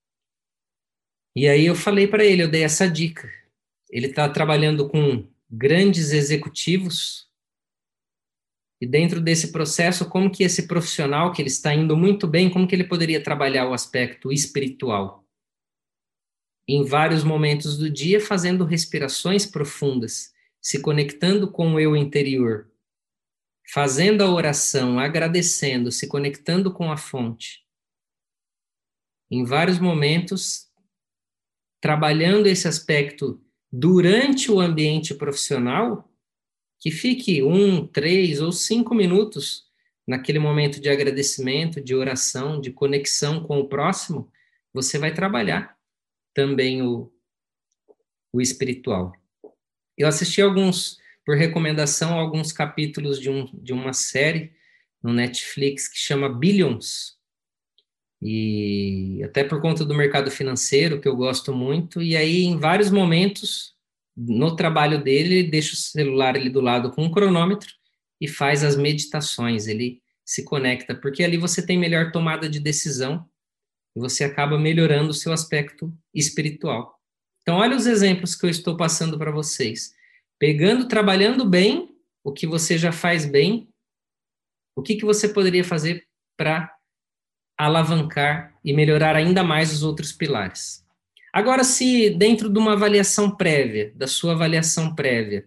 e aí eu falei para ele, eu dei essa dica. Ele está trabalhando com grandes executivos, e dentro desse processo, como que esse profissional, que ele está indo muito bem, como que ele poderia trabalhar o aspecto espiritual? Em vários momentos do dia, fazendo respirações profundas, se conectando com o eu interior, fazendo a oração, agradecendo, se conectando com a fonte. Em vários momentos, trabalhando esse aspecto durante o ambiente profissional, que fique 1, 3 ou 5 minutos naquele momento de agradecimento, de oração, de conexão com o próximo, você vai trabalhar também o espiritual. Eu assisti por recomendação, alguns capítulos de uma série no Netflix que chama Billions, e até por conta do mercado financeiro, que eu gosto muito, e aí em vários momentos, no trabalho dele, ele deixa o celular ali do lado com um cronômetro e faz as meditações, ele se conecta, porque ali você tem melhor tomada de decisão e você acaba melhorando o seu aspecto espiritual. Então, olha os exemplos que eu estou passando para vocês. Trabalhando bem, o que você já faz bem, o que você poderia fazer para alavancar e melhorar ainda mais os outros pilares. Agora, se dentro de uma avaliação prévia, da sua avaliação prévia,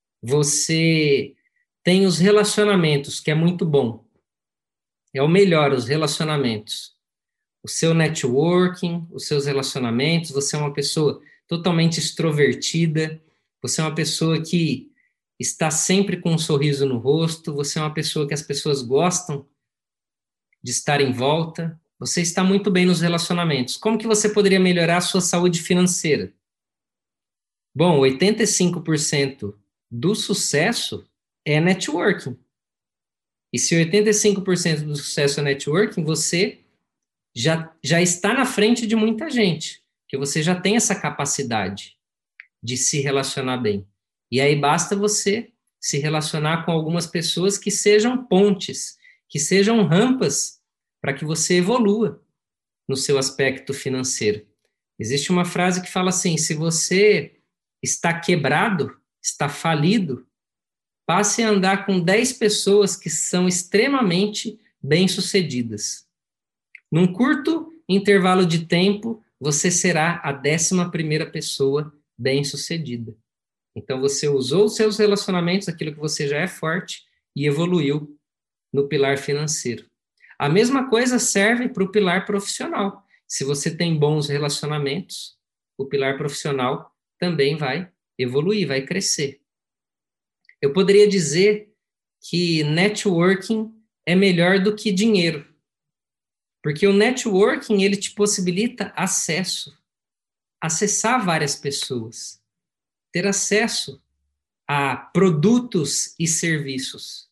você tem os relacionamentos, que é muito bom, é o melhor, os relacionamentos. O seu networking, os seus relacionamentos, você é uma pessoa totalmente extrovertida, você é uma pessoa que está sempre com um sorriso no rosto, você é uma pessoa que as pessoas gostam de estar em volta, você está muito bem nos relacionamentos. Como que você poderia melhorar a sua saúde financeira? Bom, 85% do sucesso é networking. E se 85% do sucesso é networking, você já está na frente de muita gente, porque você já tem essa capacidade de se relacionar bem. E aí basta você se relacionar com algumas pessoas que sejam pontes, que sejam rampas para que você evolua no seu aspecto financeiro. Existe uma frase que fala assim: se você está quebrado, está falido, passe a andar com 10 pessoas que são extremamente bem-sucedidas. Num curto intervalo de tempo, você será a 11ª pessoa bem-sucedida. Então, você usou os seus relacionamentos, aquilo que você já é forte, e evoluiu no pilar financeiro. A mesma coisa serve para o pilar profissional. Se você tem bons relacionamentos, o pilar profissional também vai evoluir, vai crescer. Eu poderia dizer que networking é melhor do que dinheiro, porque o networking ele te possibilita acesso, acessar várias pessoas, ter acesso a produtos e serviços.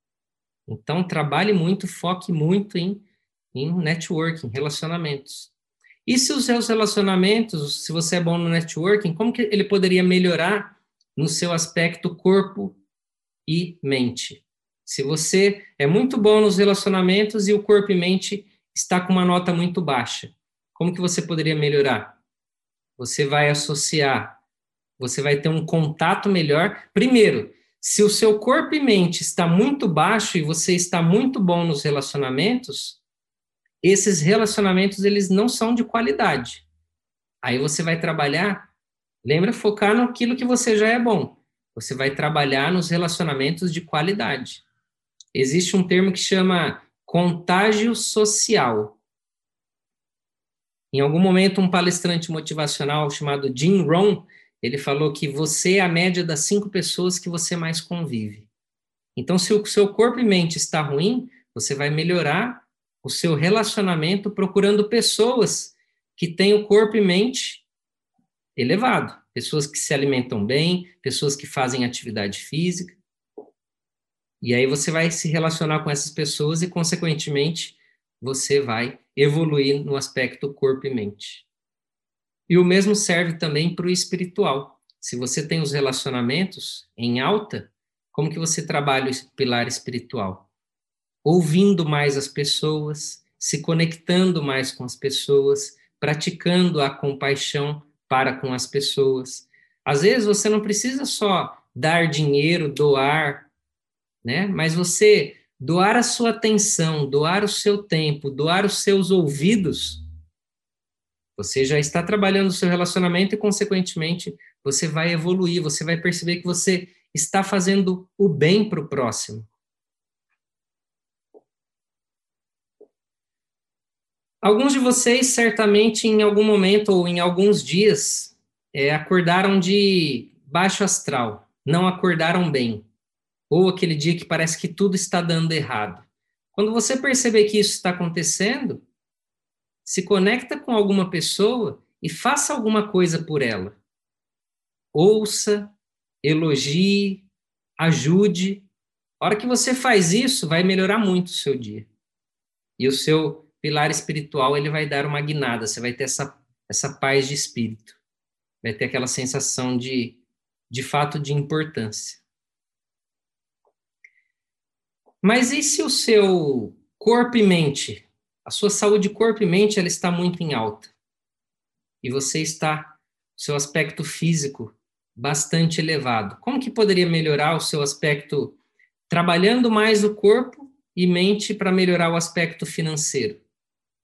Então, trabalhe muito, foque muito em networking, relacionamentos. E se os seus relacionamentos, se você é bom no networking, como que ele poderia melhorar no seu aspecto corpo e mente? Se você é muito bom nos relacionamentos e o corpo e mente está com uma nota muito baixa, como que você poderia melhorar? Você vai associar, você vai ter um contato melhor. Primeiro, se o seu corpo e mente está muito baixo e você está muito bom nos relacionamentos, esses relacionamentos eles não são de qualidade. Aí você vai trabalhar, lembra, focar naquilo que você já é bom. Você vai trabalhar nos relacionamentos de qualidade. Existe um termo que chama contágio social. Em algum momento, um palestrante motivacional chamado Jim Rohn, ele falou que você é a média das 5 pessoas que você mais convive. Então, se o seu corpo e mente está ruim, você vai melhorar o seu relacionamento procurando pessoas que têm o corpo e mente elevado. Pessoas que se alimentam bem, pessoas que fazem atividade física. E aí você vai se relacionar com essas pessoas e, consequentemente, você vai evoluir no aspecto corpo e mente. E o mesmo serve também para o espiritual. Se você tem os relacionamentos em alta, como que você trabalha o pilar espiritual? Ouvindo mais as pessoas, se conectando mais com as pessoas, praticando a compaixão para com as pessoas. Às vezes você não precisa só dar dinheiro, doar, né? Mas você doar a sua atenção, doar o seu tempo, doar os seus ouvidos, você já está trabalhando o seu relacionamento e, consequentemente, você vai evoluir, você vai perceber que você está fazendo o bem para o próximo. Alguns de vocês, certamente, em algum momento ou em alguns dias, acordaram de baixo astral, não acordaram bem. Ou aquele dia que parece que tudo está dando errado. Quando você perceber que isso está acontecendo, se conecta com alguma pessoa e faça alguma coisa por ela. Ouça, elogie, ajude. A hora que você faz isso, vai melhorar muito o seu dia. E o seu pilar espiritual, ele vai dar uma guinada, você vai ter essa paz de espírito. Vai ter aquela sensação de fato, de importância. Mas e se o seu corpo e mente, a sua saúde corpo e mente, ela está muito em alta? E você está, o seu aspecto físico, bastante elevado. Como que poderia melhorar o seu aspecto, trabalhando mais o corpo e mente para melhorar o aspecto financeiro?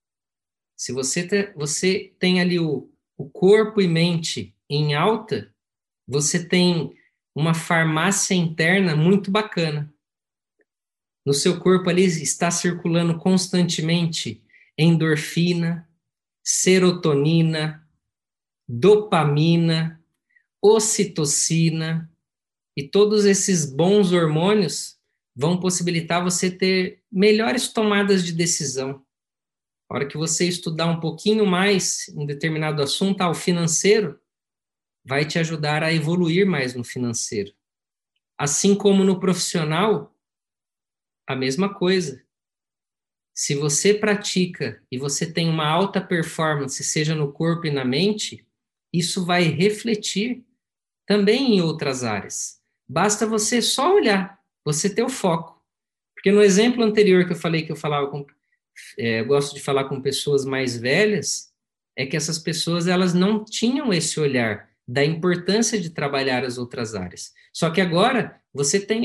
Se você tem ali o corpo e mente em alta, você tem uma farmácia interna muito bacana. No seu corpo ali está circulando constantemente endorfina, serotonina, dopamina, ocitocina, e todos esses bons hormônios vão possibilitar você ter melhores tomadas de decisão. A hora que você estudar um pouquinho mais em determinado assunto, o financeiro, vai te ajudar a evoluir mais no financeiro. Assim como no profissional, a mesma coisa. Se você pratica e você tem uma alta performance, seja no corpo e na mente, isso vai refletir também em outras áreas. Basta você só olhar, você ter o foco. Porque no exemplo anterior que eu falei, que eu gosto de falar com pessoas mais velhas, é que essas pessoas elas não tinham esse olhar da importância de trabalhar as outras áreas. Só que agora você tem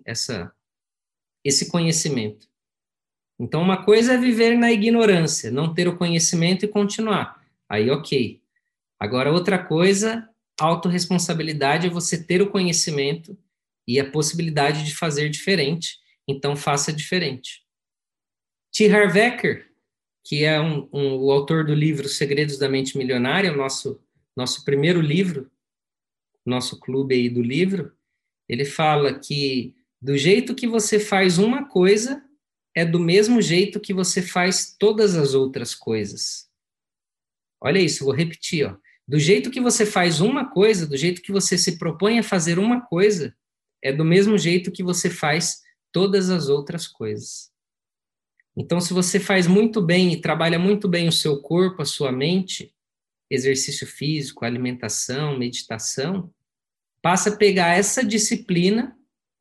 esse conhecimento. Então, uma coisa é viver na ignorância, não ter o conhecimento e continuar. Aí, ok. Agora, outra coisa, autorresponsabilidade é você ter o conhecimento e a possibilidade de fazer diferente. Então, faça diferente. T. Harv Eker, que é o autor do livro Segredos da Mente Milionária, nosso primeiro livro, nosso clube aí do livro, ele fala que do jeito que você faz uma coisa, é do mesmo jeito que você faz todas as outras coisas. Olha isso, vou repetir, ó. Do jeito que você faz uma coisa, do jeito que você se propõe a fazer uma coisa, é do mesmo jeito que você faz todas as outras coisas. Então, se você faz muito bem e trabalha muito bem o seu corpo, a sua mente, exercício físico, alimentação, meditação, passa a pegar essa disciplina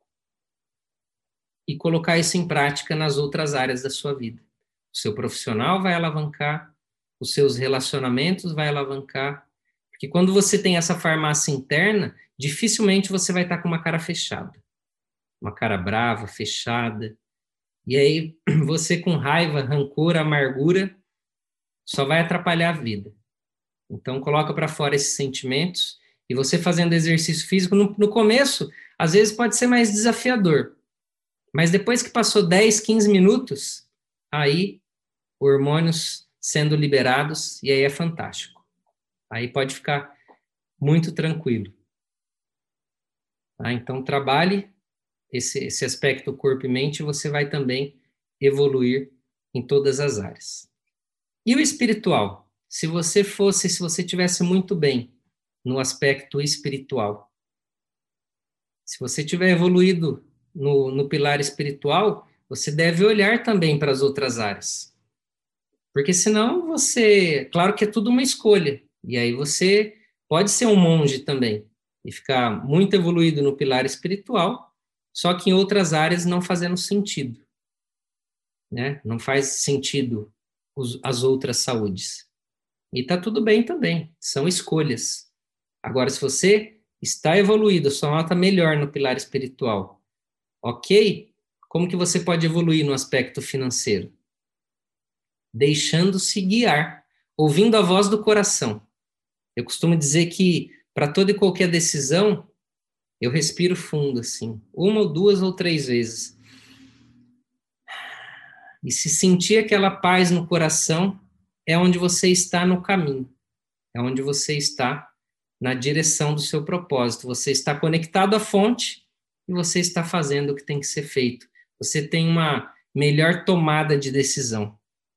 e colocar isso em prática nas outras áreas da sua vida. O seu profissional vai alavancar, os seus relacionamentos vai alavancar, porque quando você tem essa farmácia interna, dificilmente você vai estar com uma cara fechada, uma cara brava, fechada, e aí você com raiva, rancor, amargura, só vai atrapalhar a vida. Então coloca para fora esses sentimentos, e você fazendo exercício físico, no começo, às vezes pode ser mais desafiador, mas depois que passou 10, 15 minutos, aí hormônios sendo liberados, e aí é fantástico. Aí pode ficar muito tranquilo. Tá? Então, trabalhe esse aspecto corpo e mente, você vai também evoluir em todas as áreas. E o espiritual? Se você tivesse muito bem no aspecto espiritual, se você tiver evoluído no pilar espiritual, você deve olhar também para as outras áreas. Porque senão claro que é tudo uma escolha, e aí você pode ser um monge também, e ficar muito evoluído no pilar espiritual, só que em outras áreas não fazendo sentido, né? Não faz sentido as outras saúdes. E está tudo bem também, são escolhas. Agora, se você está evoluído, sua nota melhor no pilar espiritual, ok? Como que você pode evoluir no aspecto financeiro? Deixando-se guiar, ouvindo a voz do coração. Eu costumo dizer que para toda e qualquer decisão, eu respiro fundo, assim, uma ou duas ou três vezes. E se sentir aquela paz no coração, é onde você está no caminho, é onde você está na direção do seu propósito. Você está conectado à fonte e você está fazendo o que tem que ser feito. Você tem uma melhor tomada de decisão.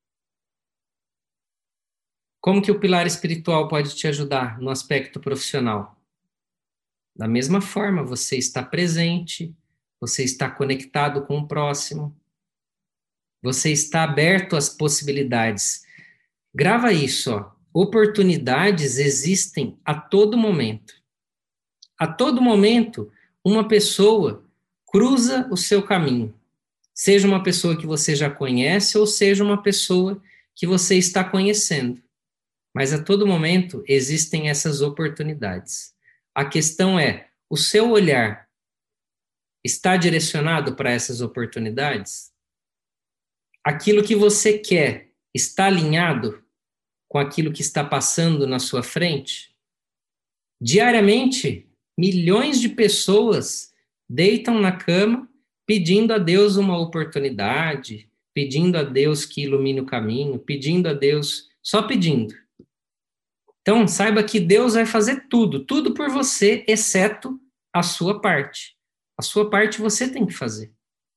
Como que o pilar espiritual pode te ajudar no aspecto profissional? Da mesma forma, você está presente, você está conectado com o próximo, você está aberto às possibilidades. Grava isso, ó. Oportunidades existem a todo momento. A todo momento, uma pessoa cruza o seu caminho. Seja uma pessoa que você já conhece ou seja uma pessoa que você está conhecendo. Mas a todo momento existem essas oportunidades. A questão é, o seu olhar está direcionado para essas oportunidades? Aquilo que você quer está alinhado? com aquilo que está passando na sua frente? Diariamente, milhões de pessoas deitam na cama pedindo a Deus uma oportunidade, pedindo a Deus que ilumine o caminho, pedindo a Deus, só pedindo. Então, saiba que Deus vai fazer tudo, tudo por você, exceto a sua parte. A sua parte você tem que fazer.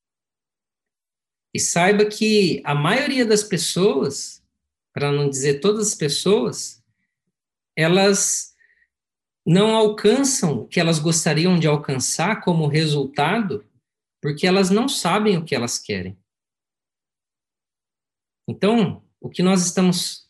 E saiba que a maioria das pessoas, para não dizer todas as pessoas, elas não alcançam o que elas gostariam de alcançar como resultado, porque elas não sabem o que elas querem. Então, o que nós estamos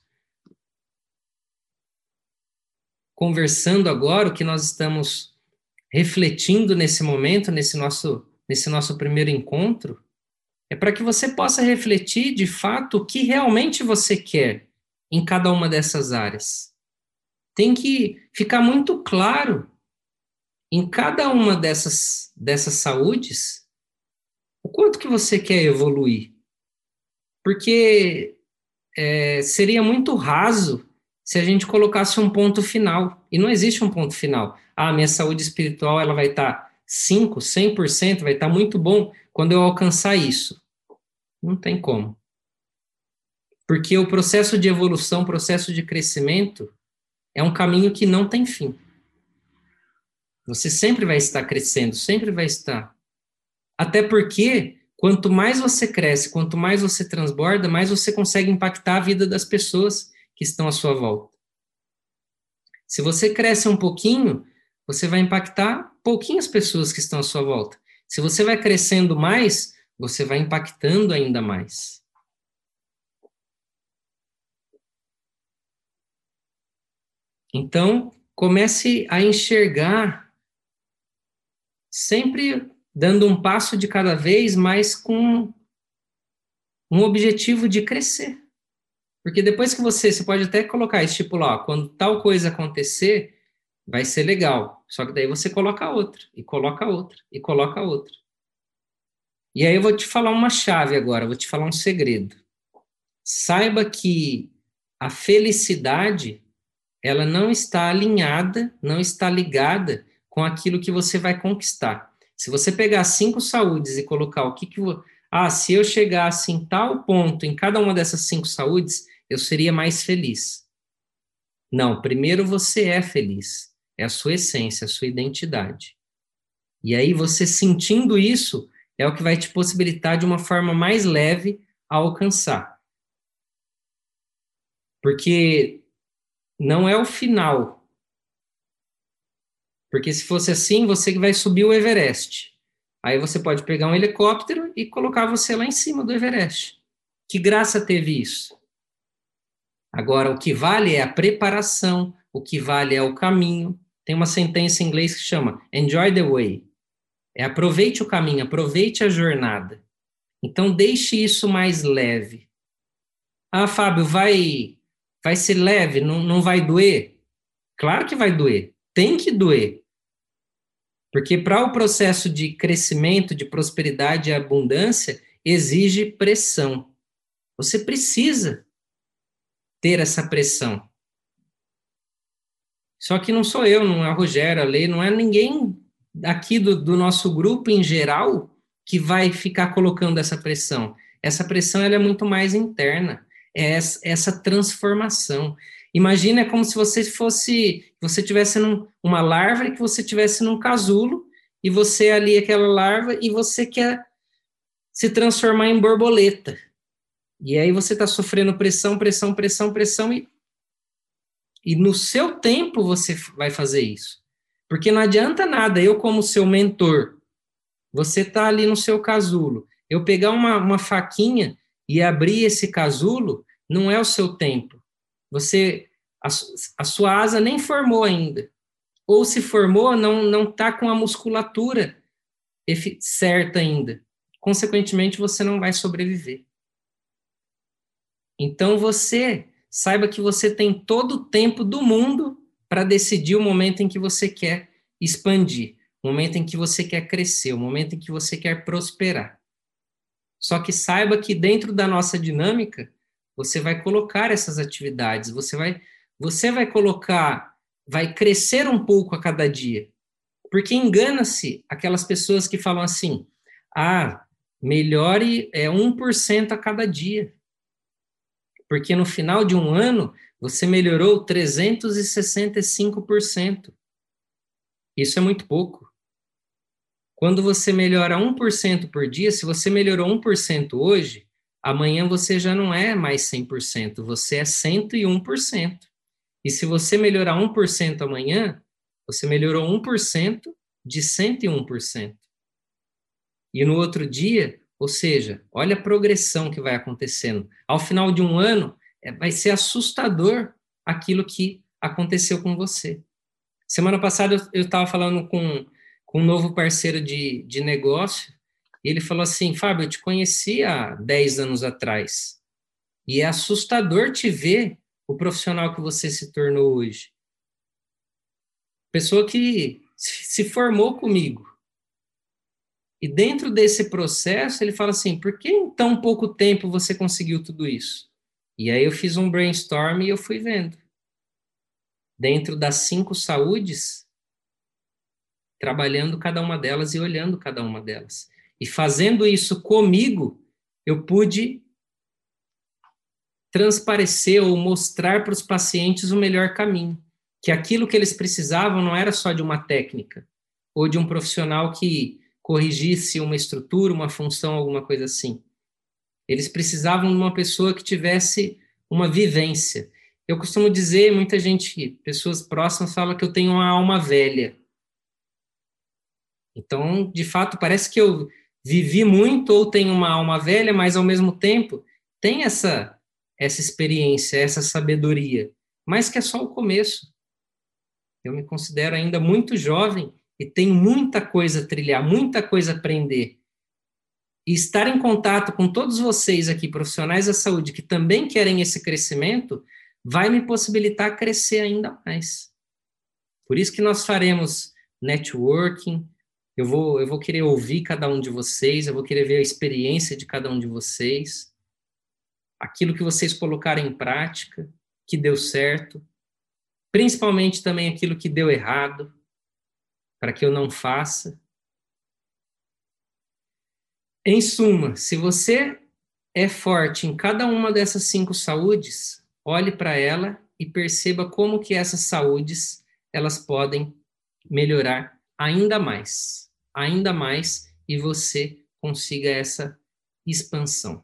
conversando agora, o que nós estamos refletindo nesse momento, nesse nosso primeiro encontro, é para que você possa refletir de fato o que realmente você quer em cada uma dessas áreas. Tem que ficar muito claro em cada uma dessas saúdes o quanto que você quer evoluir. Porque seria muito raso se a gente colocasse um ponto final. E não existe um ponto final. Ah, minha saúde espiritual ela vai estar 5, 100%, vai estar muito bom quando eu alcançar isso. Não tem como. Porque o processo de evolução, o processo de crescimento, é um caminho que não tem fim. Você sempre vai estar crescendo, sempre vai estar. Até porque, quanto mais você cresce, quanto mais você transborda, mais você consegue impactar a vida das pessoas que estão à sua volta. Se você cresce um pouquinho, você vai impactar pouquinhas pessoas que estão à sua volta. Se você vai crescendo mais, você vai impactando ainda mais. Então, comece a enxergar sempre dando um passo de cada vez, mas com um objetivo de crescer. Porque depois que você pode até colocar, estipular, ó, quando tal coisa acontecer, vai ser legal. Só que daí você coloca outra, e coloca outra, e coloca outra. E aí eu vou te falar uma chave agora, vou te falar um segredo. Saiba que a felicidade, ela não está alinhada, não está ligada com aquilo que você vai conquistar. Se você pegar 5 saúdes e colocar o que que... se eu chegasse em tal ponto, em cada uma dessas 5 saúdes, eu seria mais feliz. Não, primeiro você é feliz. É a sua essência, a sua identidade. E aí você sentindo isso, é o que vai te possibilitar de uma forma mais leve a alcançar. Porque não é o final. Porque se fosse assim, você que vai subir o Everest. Aí você pode pegar um helicóptero e colocar você lá em cima do Everest. Que graça teve isso? Agora, o que vale é a preparação, o que vale é o caminho. Tem uma sentença em inglês que chama Enjoy the way. É aproveite o caminho, aproveite a jornada. Então, deixe isso mais leve. Ah, Fábio, vai ser leve, não vai doer? Claro que vai doer, tem que doer. Porque para o processo de crescimento, de prosperidade e abundância, exige pressão. Você precisa ter essa pressão. Só que não sou eu, não é o Rogério, a Lei, não é ninguém aqui do nosso grupo em geral que vai ficar colocando essa pressão. Essa pressão ela é muito mais interna, é essa transformação. Imagina como se você tivesse uma larva e que você tivesse num casulo e você ali aquela larva e você quer se transformar em borboleta. E aí você está sofrendo pressão, pressão, pressão, pressão e no seu tempo você vai fazer isso. Porque não adianta nada eu como seu mentor, você está ali no seu casulo, eu pegar uma faquinha e abrir esse casulo, não é o seu tempo. A sua asa nem formou ainda. Ou se formou, não está com a musculatura certa ainda. Consequentemente, você não vai sobreviver. Então, saiba que você tem todo o tempo do mundo para decidir o momento em que você quer expandir, o momento em que você quer crescer, o momento em que você quer prosperar. Só que saiba que dentro da nossa dinâmica, você vai colocar essas atividades, você vai colocar, vai crescer um pouco a cada dia. Porque engana-se aquelas pessoas que falam assim, melhore 1% a cada dia. Porque no final de um ano, você melhorou 365%. Isso é muito pouco. Quando você melhora 1% por dia, se você melhorou 1% hoje, amanhã você já não é mais 100%, você é 101%. E se você melhorar 1% amanhã, você melhorou 1% de 101%. E no outro dia, ou seja, olha a progressão que vai acontecendo. Ao final de um ano, vai ser assustador aquilo que aconteceu com você. Semana passada eu estava falando com um novo parceiro de negócio, e ele falou assim, Fábio, eu te conheci há 10 anos atrás, e é assustador te ver o profissional que você se tornou hoje. Pessoa que se formou comigo. E dentro desse processo, ele fala assim, por que em tão pouco tempo você conseguiu tudo isso? E aí eu fiz um brainstorm e eu fui vendo. Dentro das 5 saúdes, trabalhando cada uma delas e olhando cada uma delas. E fazendo isso comigo, eu pude transparecer ou mostrar para os pacientes o melhor caminho. Que aquilo que eles precisavam não era só de uma técnica, ou de um profissional que corrigisse uma estrutura, uma função, alguma coisa assim. Eles precisavam de uma pessoa que tivesse uma vivência. Eu costumo dizer, muita gente, pessoas próximas, falam que eu tenho uma alma velha. Então, de fato, parece que eu vivi muito ou tenho uma alma velha, mas ao mesmo tempo tem essa experiência, essa sabedoria, mas que é só o começo. Eu me considero ainda muito jovem e tenho muita coisa a trilhar, muita coisa a aprender. E estar em contato com todos vocês aqui, profissionais da saúde, que também querem esse crescimento, vai me possibilitar crescer ainda mais. Por isso que nós faremos networking, eu vou querer ouvir cada um de vocês, eu vou querer ver a experiência de cada um de vocês, aquilo que vocês colocaram em prática, que deu certo, principalmente também aquilo que deu errado, para que eu não faça. Em suma, se você é forte em cada uma dessas 5 saúdes, olhe para ela e perceba como que essas saúdes elas podem melhorar ainda mais, e você consiga essa expansão.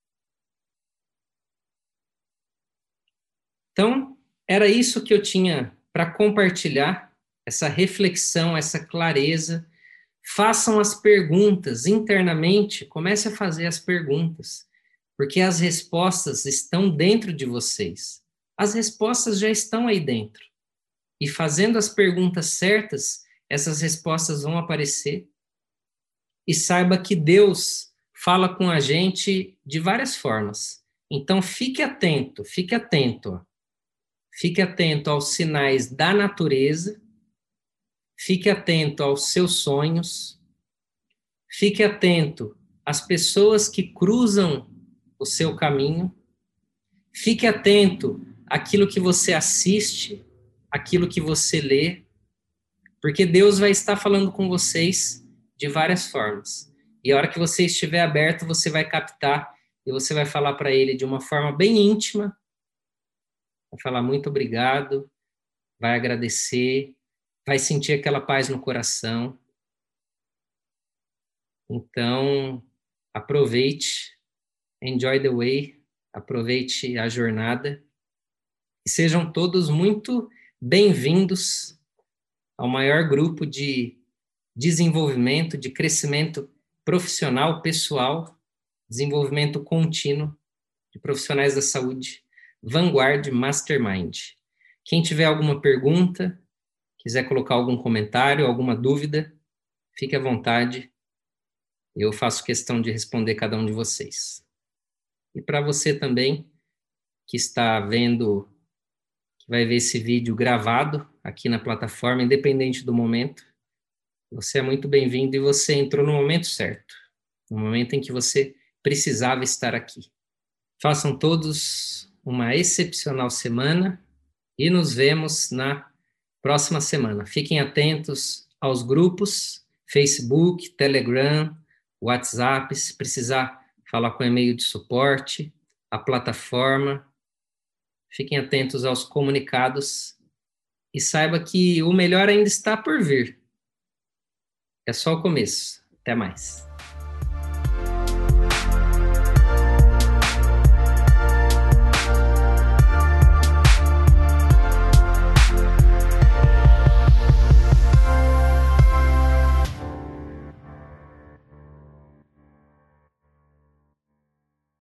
Então, era isso que eu tinha para compartilhar, essa reflexão, essa clareza. Façam as perguntas internamente, comece a fazer as perguntas, porque as respostas estão dentro de vocês. As respostas já estão aí dentro. E fazendo as perguntas certas, essas respostas vão aparecer. E saiba que Deus fala com a gente de várias formas. Então, fique atento, fique atento. Fique atento aos sinais da natureza, fique atento aos seus sonhos, fique atento às pessoas que cruzam o seu caminho, fique atento àquilo que você assiste, àquilo que você lê, porque Deus vai estar falando com vocês de várias formas. E a hora que você estiver aberto, você vai captar e você vai falar para ele de uma forma bem íntima, vai falar muito obrigado, vai agradecer, vai sentir aquela paz no coração. Então, aproveite, enjoy the way, aproveite a jornada e sejam todos muito bem-vindos ao maior grupo de desenvolvimento, de crescimento profissional, pessoal, desenvolvimento contínuo de profissionais da saúde, Vanguard Mastermind. Quem tiver alguma pergunta, quiser colocar algum comentário, alguma dúvida, fique à vontade. Eu faço questão de responder cada um de vocês. E para você também, que está vendo, que vai ver esse vídeo gravado aqui na plataforma, independente do momento, você é muito bem-vindo e você entrou no momento certo, no momento em que você precisava estar aqui. Façam todos uma excepcional semana e nos vemos na próxima semana. Fiquem atentos aos grupos, Facebook, Telegram, WhatsApp, se precisar falar com e-mail de suporte, a plataforma. Fiquem atentos aos comunicados e saiba que o melhor ainda está por vir. É só o começo. Até mais.